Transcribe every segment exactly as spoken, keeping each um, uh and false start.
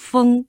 风。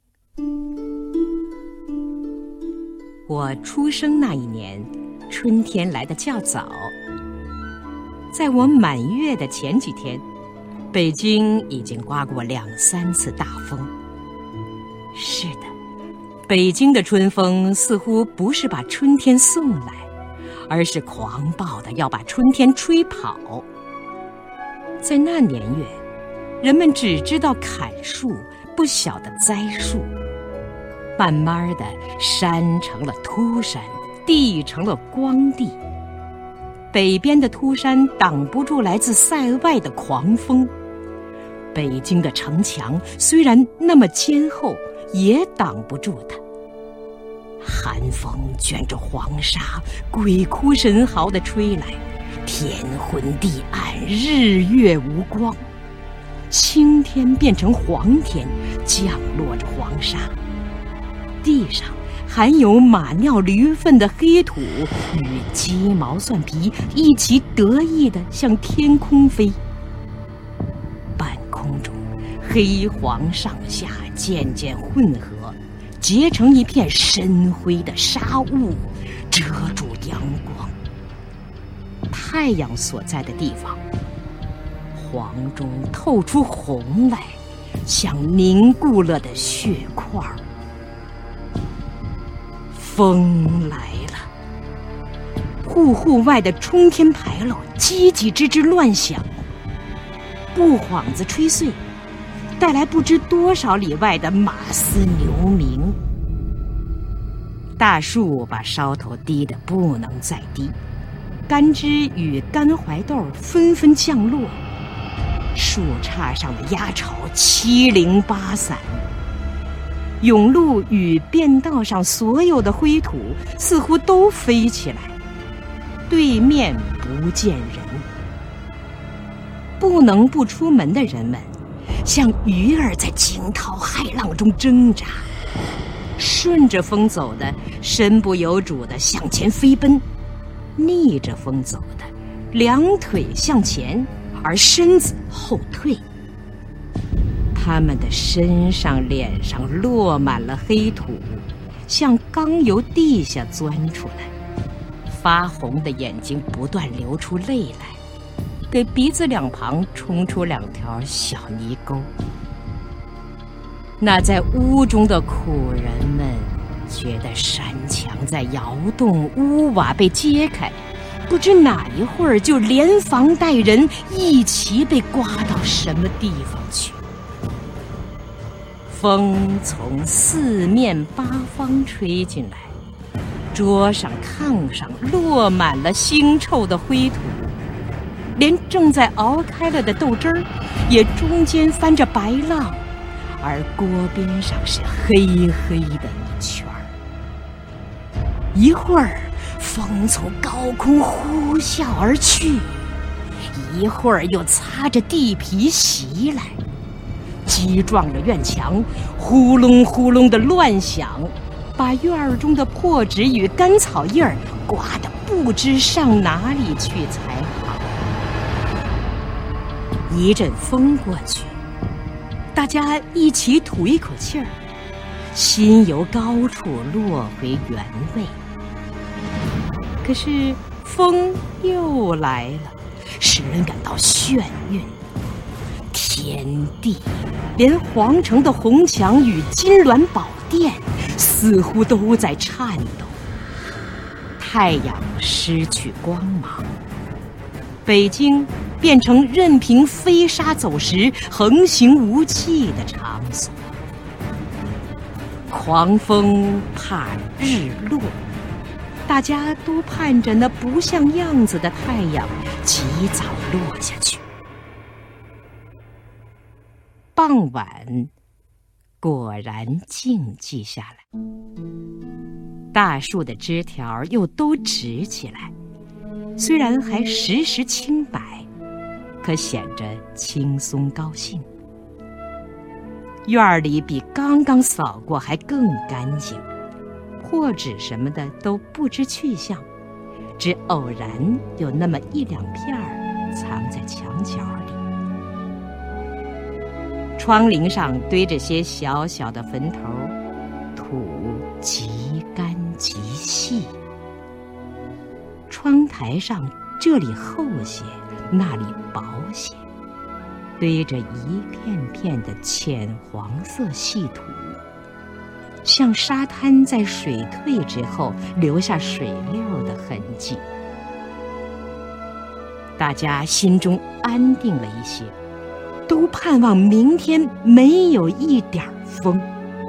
我出生那一年，春天来得较早。在我满月的前几天，北京已经刮过两三次大风。是的，北京的春风似乎不是把春天送来，而是狂暴的要把春天吹跑。在那年月，人们只知道砍树，不晓得栽树。慢慢的，山成了秃山，地成了光地。北边的秃山挡不住来自塞外的狂风，北京的城墙虽然那么坚厚，也挡不住它。寒风卷着黄沙，鬼哭神嚎地吹来，天昏地暗，日月无光。青天变成黄天，降落着黄沙，地上含有马尿驴粪的黑土与鸡毛蒜皮一起得意地向天空飞。半空中黑黄上下渐渐混合，结成一片深灰的纱雾，遮住阳光。太阳所在的地方，黄中透出红来，像凝固了的血块。风来了，户户外的冲天牌楼叽叽吱吱乱响，布幌子吹碎，带来不知多少里外的马嘶牛鸣。大树把梢头低得不能再低，干枝与干槐豆纷纷降落，树杈上的鸦巢七零八散。甬路与便道上所有的灰土似乎都飞起来，对面不见人。不能不出门的人们像鱼儿在惊涛骇浪中挣扎，顺着风走的身不由主地向前飞奔，逆着风走的两腿向前而身子后退。他们的身上脸上落满了黑土，像刚由地下钻出来，发红的眼睛不断流出泪来，给鼻子两旁冲出两条小泥沟。那在屋中的苦人们觉得山墙在摇动，屋瓦被揭开，不知哪一会儿就连房带人一起被刮到什么地方去。风从四面八方吹进来，桌上炕上落满了腥臭的灰土，连正在熬开了的豆汁儿也中间翻着白浪，而锅边上是黑黑的一圈儿。一会儿风从高空呼啸而去，一会儿又擦着地皮袭来，击撞着院墙，呼隆呼隆的乱响，把院儿中的破纸与干草叶儿刮得不知上哪里去才好。一阵风过去，大家一起吐一口气儿，心由高处落回原位。可是风又来了，使人感到眩晕。天地，连皇城的红墙与金銮宝殿似乎都在颤抖。太阳失去光芒，北京变成任凭飞沙走石横行无忌的场所。狂风怕日落，大家都盼着那不像样子的太阳及早落下去。傍晚果然静寂下来，大树的枝条又都直起来，虽然还时时青白，可显着轻松高兴。院儿里比刚刚扫过还更干净，破纸什么的都不知去向，只偶然有那么一两片儿藏在墙角里。 窗棂上堆着些小小的坟头，土极干极细。窗台上这里厚些，那里薄些，堆着一片片的浅黄色细土，像沙滩在水退之后留下水溜的痕迹。大家心中安定了一些，都盼望明天没有一点风。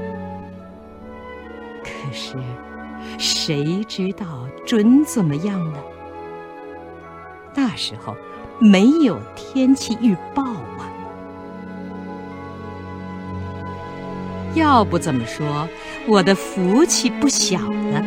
可是谁知道准怎么样呢？那时候没有天气预报啊！要不怎么说我的福气不小呢？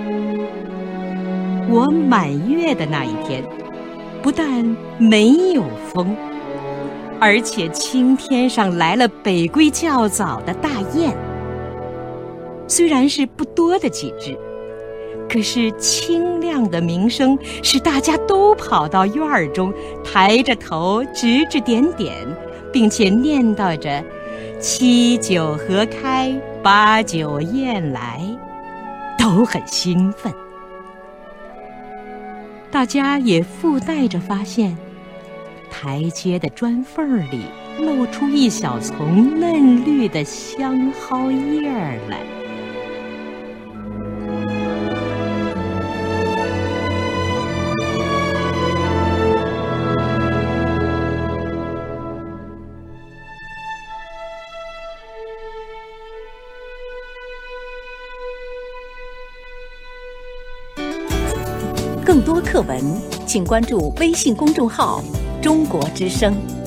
我满月的那一天，不但没有风，而且青天上来了北归较早的大雁。虽然是不多的几只，可是清亮的鸣声使大家都跑到院儿中，抬着头指指点点，并且念叨着七九河开，八九雁来，都很兴奋。大家也附带着发现，台阶的砖缝里露出一小丛嫩绿的香蒿叶儿来。 更多课文，请关注微信公众号“中国之声”。